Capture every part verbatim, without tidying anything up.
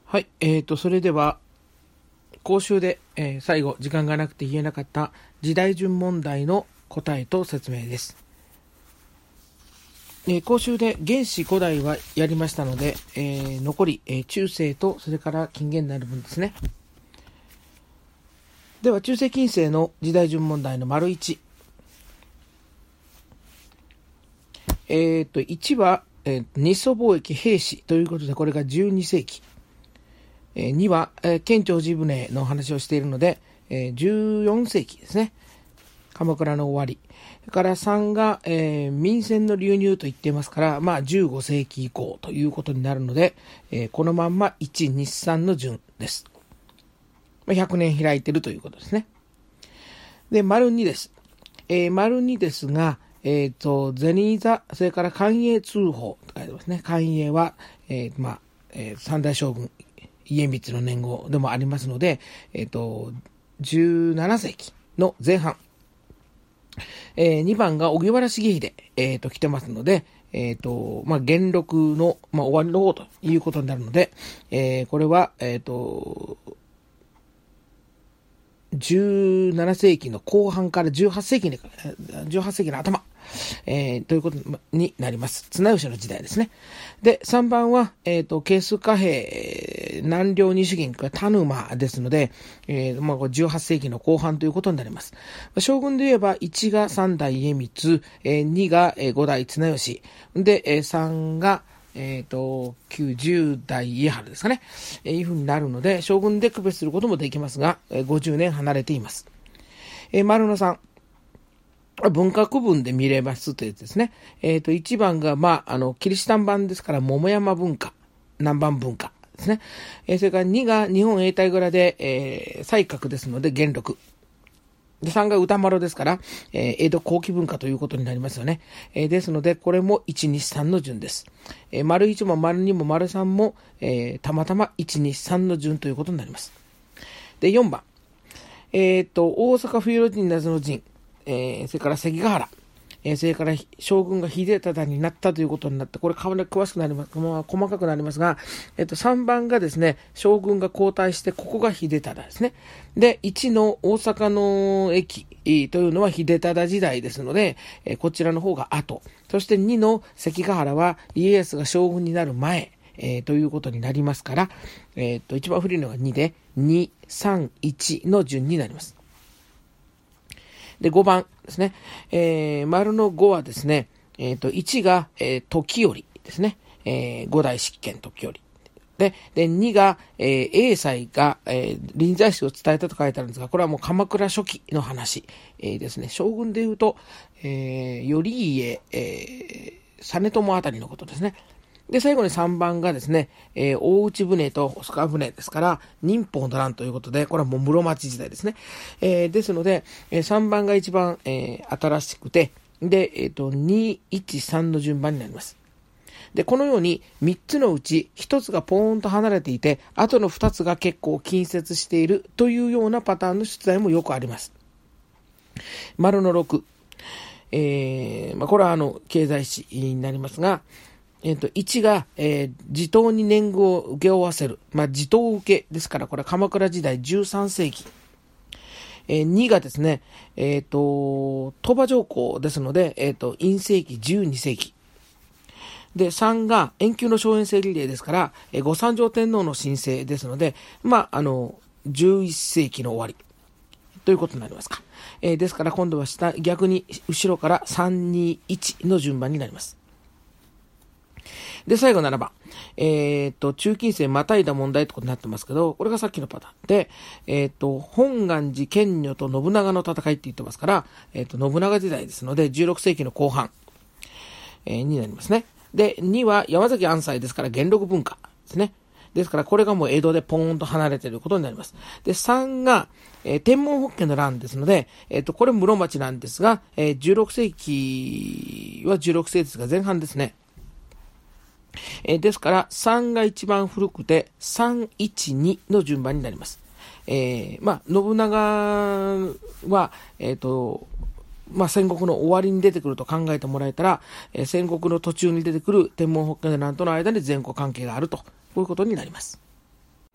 はい、えーと、それでは、講習で、えー最後、時間がなくて言えなかった時代順問題の答えと説明です。えー講習で原始古代はやりましたので、えー残り、えー中世とそれから近現代の分ですね。では、中世近世の時代順問題の丸いち。えーと、いちは、えー日ソ貿易兵士ということで、これがじゅうに世紀。には、えー、県庁寺船の話をしているので、えー、じゅうよん世紀ですね。鎌倉の終わり。それからさんが、えー、民船の流入と言っていますから、まあじゅうご世紀以降ということになるので、えー、このまんまいち、に、さんの順です。ひゃくねん開いているということですね。で、丸にです。えー、丸にですが、えっ、ー、と、銭座、それから寛永通宝と書いてますね。寛永は、えー、まあ、えー、三代将軍、家光の年号でもありますので、えっ、ー、と、じゅうなな世紀の前半。えー、にばんが荻原重秀、えっ、ー、と、来てますので、えっ、ー、と、まあ、元禄の、まあ、終わりの方ということになるので、えー、これは、えっ、と、じゅうなな世紀の後半からじゅうはち世紀に、じゅうはち世紀の頭、えー、ということになります。綱吉の時代ですね。で、さんばんは、えっ、ー、と、係数貨幣、南領二主銀、田沼ですので、えー、まあ、じゅうはち世紀の後半ということになります。将軍で言えば、いちが三代家光、えー、にが五代綱吉、で、さんが、えっ、ー、と、きゅうじゅう代家治ですかね。えー、いうふうになるので、将軍で区別することもできますが、えー、ごじゅうねん離れています。えー、丸のさん。文化区分で見れますというやつですね。えっ、ー、と、いちばんが、まあ、あの、キリシタン版ですから、桃山文化、南蛮文化ですね。えー、それからにが日本永代蔵で、えー、西閣ですので、元禄。で、さんが歌丸ですから、えー、江戸後期文化ということになりますよね。えー、ですので、これもいち、に、さんの順です。えー、丸いちも丸にも丸さんも、えー、たまたまいち、に、さんの順ということになります。で、よんばん。えっ、ー、と、大阪冬の陣謎の陣、えー、それから関ヶ原、えー、それから将軍が秀忠になったということになって、これかなり詳しくなります、まあ、細かくなりますが、えっと、さんばんがですね、将軍が交代して、ここが秀忠ですね。で、いちの大阪の駅というのは秀忠時代ですので、えー、こちらの方が後。そしてにの関ヶ原は家康が将軍になる前、えー、ということになりますから、えっと、一番古いのがにで、に、さん、いちの順になります。で、ごばんですね。えー、丸のごはですね、えっ、ー、と、いちが、えー、時頼ですね。えー、五代執権時頼。で、で、にが、えー、栄西が、えー、臨済宗を伝えたと書いてあるんですが、これはもう鎌倉初期の話、えー、ですね。将軍で言うと、えー、頼家、えー、実朝あたりのことですね。で、最後にさんばんがですね、えー、大内船と細川船ですから、忍法の乱ということで、これはもう室町時代ですね。えー、ですので、えー、さんばんが一番、えー、新しくて、で、えっ、ー、と、に、いち、さんの順番になります。で、このようにみっつのうちひとつがポーンと離れていて、あとのふたつが結構近接しているというようなパターンの出題もよくあります。丸のろく。えー、まあ、これはあの、経済史になりますが、えっ、ー、と、いちが、えー、地頭に年貢を請け負わせる。まあ、地頭受けですから、これは鎌倉時代じゅうさん世紀。えー、にがですね、えっ、ー、と、鳥羽上皇ですので、えっ、ー、と、院世紀じゅうに世紀。で、さんが遠久の荘園制リレーですから、えー、御三条天皇の申請ですので、まあ、あの、じゅういっ世紀の終わり。ということになりますか。えー、ですから今度は下、逆に後ろからさん、に、いちの順番になります。で、最後ななばん。えっ、ー、と、中近世またいだ問題ってことになってますけど、これがさっきのパターンで、えっ、ー、と、本願寺賢女と信長の戦いって言ってますから、えっ、ー、と、信長時代ですので、じゅうろく世紀の後半、えー、になりますね。で、には山崎安西ですから、元禄文化ですね。ですから、これがもう江戸でポーンと離れていることになります。で、さんが、えー、天文法華の乱ですので、えっ、と、これ室町なんですが、えー、じゅうろく世紀はじゅうろく世紀ですが、前半ですね。えー、ですから、さんが一番古くて、さん、いち、にの順番になります。えー、まあ、信長は、えっ、ー、と、まあ、戦国の終わりに出てくると考えてもらえたら、えー、戦国の途中に出てくる天文法華の乱との間に前後関係があると、こういうことになります。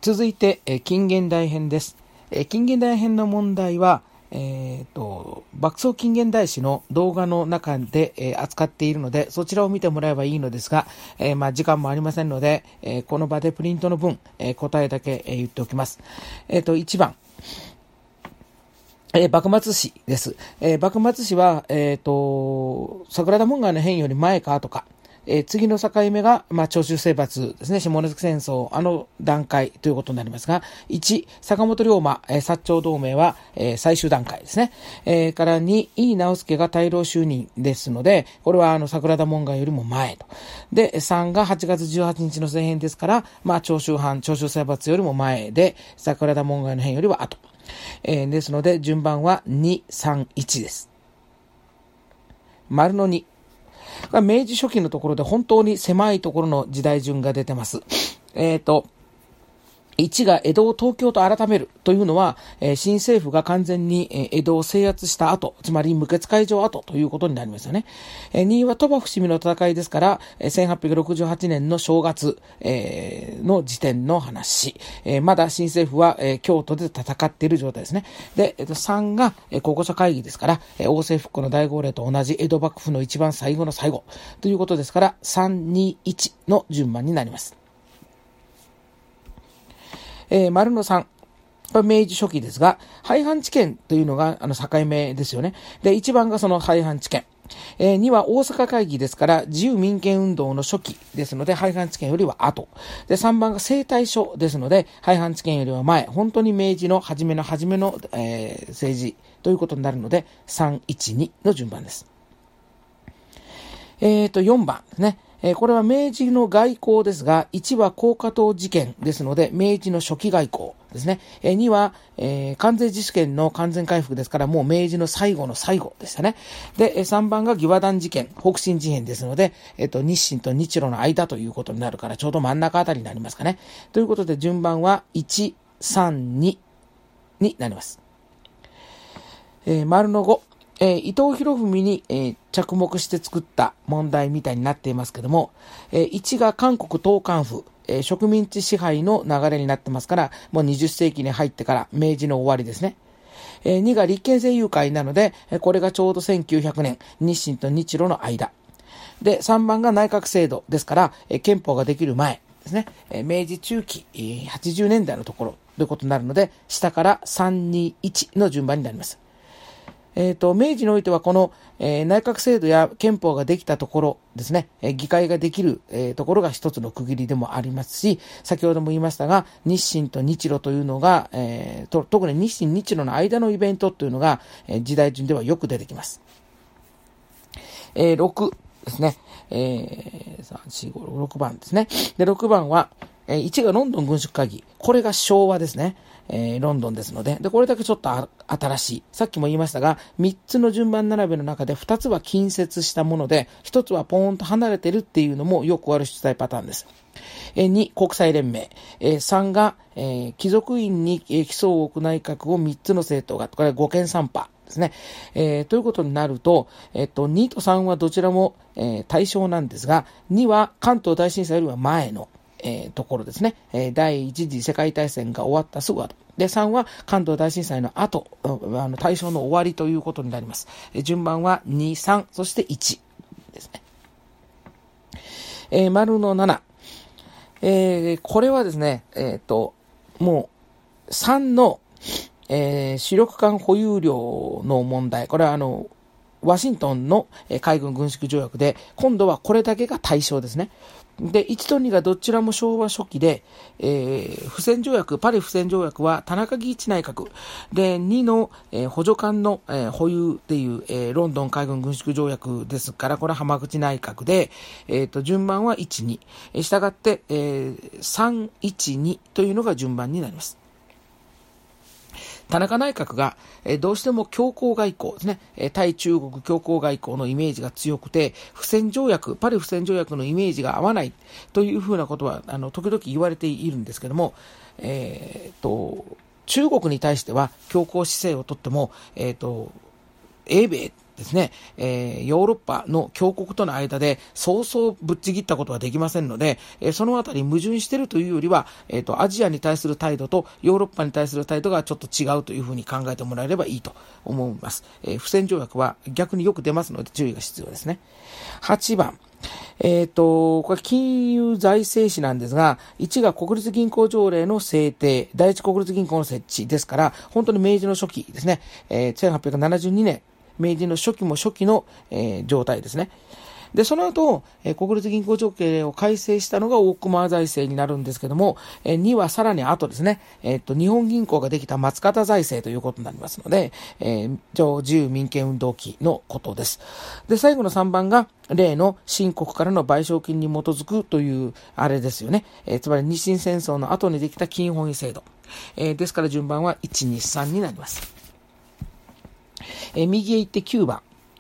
続いて、えー、近現代編です。えー、近現代編の問題は、えー、と爆走近現代史の動画の中で、えー、扱っているので、そちらを見てもらえばいいのですが、えーまあ、時間もありませんので、えー、この場でプリントの分、えー、答えだけ、えー、言っておきます。えー、といちばん、えー、幕末史です。えー、幕末史は、えー、と桜田門外の変より前かとか、えー、次の境目が、まあ、長州征伐ですね。下関戦争、あの段階ということになりますが、いち、坂本龍馬、えー、薩長同盟は、えー、最終段階ですね。えー、からに、井伊直弼が大老就任ですので、これはあの桜田門外よりも前と。で、さんがはちがつじゅうはちにちの政変ですから、まあ、長州藩、長州征伐よりも前で、桜田門外の変よりは後。えー、ですので、順番はに、さん、いちです。丸のに。明治初期のところで本当に狭いところの時代順が出てます。えっと、いちが江戸を東京と改めるというのは、えー、新政府が完全に、えー、江戸を制圧した後、つまり無血開城後ということになりますよね。えー、には鳥羽伏見の戦いですから、えー、せんはっぴゃくろくじゅうはちねんの正月、えー、の時点の話。えー、まだ新政府は、えー、京都で戦っている状態ですね。で、えー、とさんが、えー、候補者会議ですから、えー、王政復古の大号令と同じ江戸幕府の一番最後の最後ということですから、さん、に、いちの順番になります。えー、丸のさん。これ明治初期ですが、廃藩置県というのがあの境目ですよね。で、いちばんがその廃藩置県。えー、には大阪会議ですから、自由民権運動の初期ですので、廃藩置県よりは後。で、さんばんが征大所ですので、廃藩置県よりは前。本当に明治の初めの初めの、えー、政治ということになるので、さん、いち、にの順番です。えーと、よんばんですね。えー、これは明治の外交ですが、いちは高架島事件ですので、明治の初期外交ですね。えー、には、えー、関税自主権の完全回復ですから、もう明治の最後の最後でしたね。で、さんばんが義和団事件、北進事変ですので、えっと、日清と日露の間ということになるから、ちょうど真ん中あたりになりますかね。ということで、順番はいち、さん、にになります。えー、丸のご。えー、伊藤博文に、えー、着目して作った問題みたいになっていますけども、えー、いちが韓国統監府、えー、植民地支配の流れになってますから、もうにじゅっせいきに入ってから明治の終わりですね。えー、にが立憲政友会なので、えー、これがちょうどせんきゅうひゃくねん、日清と日露の間。で、さんばんが内閣制度ですから、えー、憲法ができる前ですね。えー、明治中期、えー、はちじゅうねんだいのところということになるので、下からさん、に、いちの順番になります。えっと、明治においてはこの、えー、内閣制度や憲法ができたところですね、えー、議会ができる、えー、ところが一つの区切りでもありますし、先ほども言いましたが、日清と日露というのが、えー、と特に日清日露の間のイベントというのが、えー、時代順ではよく出てきます。えー、ろくですね、えー、さん、よん、ご、ろくばんですね。で、ろくばんは、えー、いちがロンドン軍縮会議。これが昭和ですね。えー、ロンドンですので。で、これだけちょっとあ新しい。さっきも言いましたが、みっつの順番並べの中でふたつは近接したもので、ひとつはポーンと離れてるっていうのもよくある出題パターンです。えー、に、国際連盟。えー、さんが、えー、貴族院に、えー、起訴を置く内閣をみっつの政党が、これは五権三派。ですね。えー、ということになると、えっと、にとさんはどちらも、えー、対象なんですが、には関東大震災よりは前の、えー、ところですね。えー、第一次世界大戦が終わったすぐ後。で、さんは関東大震災の後、あの対象の終わりということになります。えー、順番はに、さん、そしていちですね。えー、丸のなな。えー、これはですね、えっと、もうさんのえー、主力艦保有量の問題。これはあの、ワシントンの海軍軍縮条約で、今度はこれだけが対象ですね。で、いちとにがどちらも昭和初期で、えー、不戦条約、パリ不戦条約は田中義一内閣。で、にの、えー、補助艦の、えー、保有っていう、えー、ロンドン海軍軍縮条約ですから、これは浜口内閣で、えっと、順番はいち、に。したがって、えー、さん、いち、にというのが順番になります。田中内閣が、えー、どうしても強硬外交ですね、えー、対中国強硬外交のイメージが強くて、不戦条約、パリ不戦条約のイメージが合わないというふうなことは、あの、時々言われているんですけども、えー、と、中国に対しては強硬姿勢をとっても、えー、と、英米ですね、えー、ヨーロッパの強国との間でそうそうぶっちぎったことはできませんので、えー、そのあたり矛盾しているというよりは、えーと、アジアに対する態度とヨーロッパに対する態度がちょっと違うというふうに考えてもらえればいいと思います。えー、不戦条約は逆によく出ますので注意が必要ですね。はちばん。えっと、これ金融財政史なんですが、いちが国立銀行条例の制定、第一国立銀行の設置ですから、本当に明治の初期ですね、えー、せんはっぴゃくななじゅうにねん、明治の初期も初期の、えー、状態ですね。で、その後、えー、国立銀行条例を改正したのが大隈財政になるんですけども、えー、にはさらに後ですね、えっと、日本銀行ができた松方財政ということになりますので、えー、上自由民権運動期のことです。で、最後のさんばんが、例の清国からの賠償金に基づくという、あれですよね。えー、つまり日清戦争の後にできた金本位制度。えー、ですから順番はいち、に、さんになります。えー、右へ行ってきゅうばん。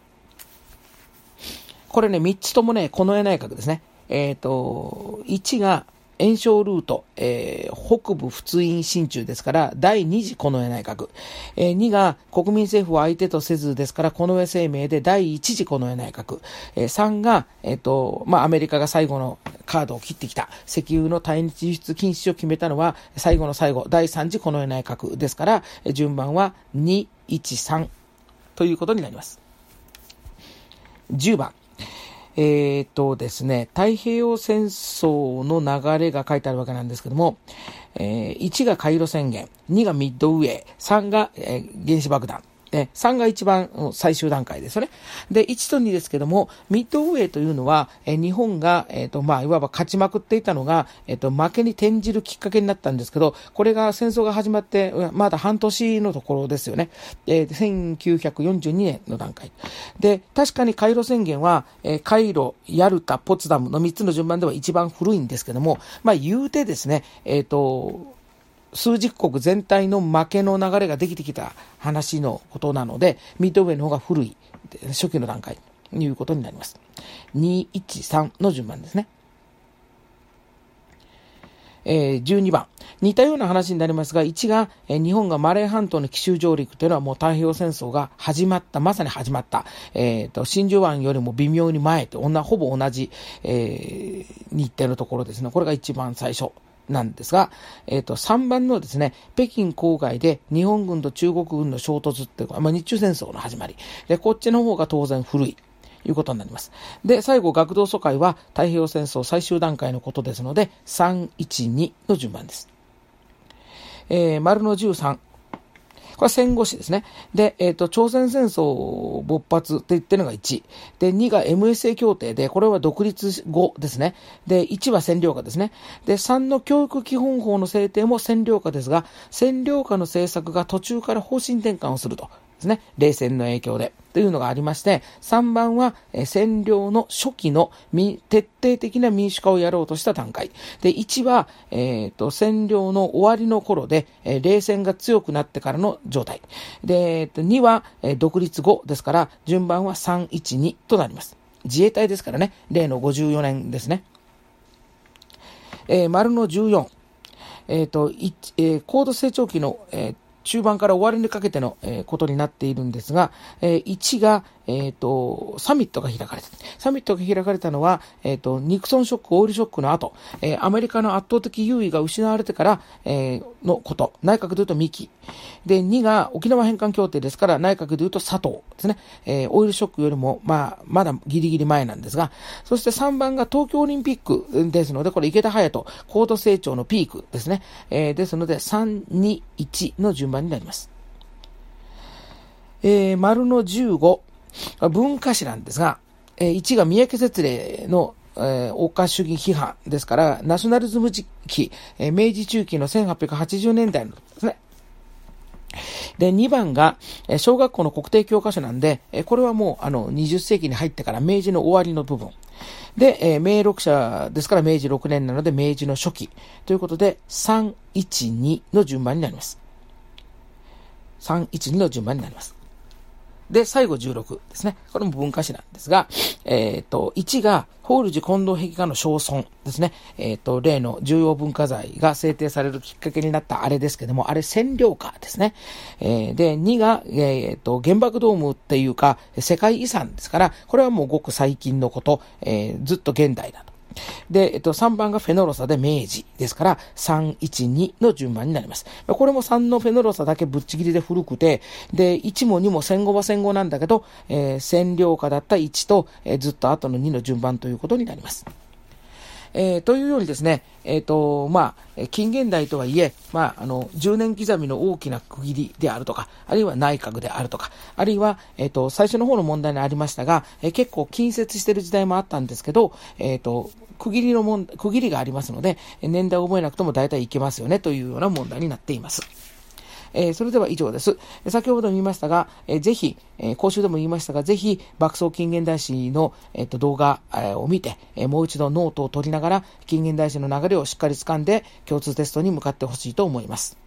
これね、みっつともね、近衛内閣ですね。えっと、いちが延焼ルート、えー、北部仏印進駐ですから、だいに次近衛内閣。えー、にが国民政府を相手とせずですから、近衛声明でだいいち次近衛内閣。えー、さんが、えっと、まあ、アメリカが最後のカードを切ってきた。石油の対日輸出禁止を決めたのは、最後の最後、だいさん次近衛内閣ですから、順番はに、いち、さんということになります。じゅうばん。えーとですね、太平洋戦争の流れが書いてあるわけなんですけども、えー、いちが海路宣言、にがミッドウェー、さんが、えー、原子爆弾。えさんが一番最終段階ですよね。で、いちとにですけども、ミッドウェーというのは、え日本が、えっと、まあ、いわば勝ちまくっていたのが、えっと、負けに転じるきっかけになったんですけど、これが戦争が始まって、まだ半年のところですよね。えー、せんきゅうひゃくよんじゅうにねんの段階。で、確かに海路宣言は、えー、カイロ、ヤルタ、ポツダムのみっつの順番では一番古いんですけども、まあ、言うてですね、えっと、数十国全体の負けの流れができてきた話のことなので、ミッドウェーの方が古い、初期の段階ということになります。に、いち、さんの順番ですね。えー、じゅうにばん。似たような話になりますが、いちが、えー、日本がマレー半島の奇襲上陸というのはもう太平洋戦争が始まった、まさに始まった。えーと、真珠湾よりも微妙に前と、ほぼ同じ、えー、日程のところですね。これが一番最初。なんですが、えっと、さんばんのですね、北京郊外で日本軍と中国軍の衝突っていうか、まあ、日中戦争の始まり。で、こっちの方が当然古い。いうことになります。で、最後、学童疎開は太平洋戦争最終段階のことですので、さん、いち、にの順番です。えー、丸のじゅうさん。これは戦後史ですね。で、えっと、朝鮮戦争勃発って言ってるのがいち。で、にが エムエスエー 協定で、これは独立後ですね。で、いちは占領下ですね。で、さんの教育基本法の制定も占領下ですが、占領下の政策が途中から方針転換をすると。ですね。冷戦の影響で。というのがありまして、さんばんは、えー、占領の初期の徹底的な民主化をやろうとした段階。で、いちは、えっと、占領の終わりの頃で、えー、冷戦が強くなってからの状態。で、えー、とには、えー、独立後ですから、順番はさん、いち、にとなります。自衛隊ですからね、例のごじゅうよねんですね。えー、丸のじゅうよん。えっと、いえー、高度成長期の、えー中盤から終わりにかけての、えー、ことになっているんですが、えー、いちが、えっと、サミットが開かれた。サミットが開かれたのは、えっと、ニクソンショック、オイルショックの後、えー、アメリカの圧倒的優位が失われてから、えー、のこと。内閣で言うとミキ。で、にが沖縄返還協定ですから、内閣で言うと佐藤ですね。えー、オイルショックよりも、まあ、まだギリギリ前なんですが、そしてさんばんが東京オリンピックですので、これ池田隼人、高度成長のピークですね。えー、ですので、さん、に、いちの順番になります。えー、丸のじゅうご。文化史なんですが、えー、いちが三宅節令の、えー、欧化主義批判ですから、ナショナリズム時期、えー、明治中期のせんはっぴゃくはちじゅうねんだいのですね。で、にばんが、えー、小学校の国定教科書なんで、えー、これはもう、あの、にじゅっせいきに入ってから明治の終わりの部分。で、えー、明録者ですから明治ろくねんなので明治の初期。ということで、さん、いち、にの順番になります。さん、いち、にの順番になります。 で、最後じゅうろくですね。これも文化史なんですが、えっと、いちが、法隆寺金堂壁画の肖像ですね。えっと、例の重要文化財が制定されるきっかけになったあれですけども、あれ占領下ですね。えー、で、にが、えっと、原爆ドームっていうか、世界遺産ですから、これはもうごく最近のこと、えー、ずっと現代だと。で、えっと、さんばんがフェノロサで明治ですから、さんいちにの順番になります。これもさんのフェノロサだけぶっちぎりで古くて、で、いちもにも戦後は戦後なんだけど、えー、占領下だったいちと、えー、ずっと後のにの順番ということになります。えー、というようにですね、えっと、まあ、近現代とはいえ、まあ、あの、じゅうねん刻みの大きな区切りであるとか、あるいは内閣であるとか、あるいは、えっと、最初の方の問題にありましたが、えー、結構近接している時代もあったんですけど、えっと、区切りの問題、区切りがありますので、年代を覚えなくても大体いけますよねというような問題になっています。えー、それでは以上です。先ほども言いましたが、えー、ぜひ、えー、講習でも言いましたが、ぜひ、爆走近現代史の、えー、と動画、えー、を見て、えー、もう一度ノートを取りながら、近現代史の流れをしっかり掴んで、共通テストに向かってほしいと思います。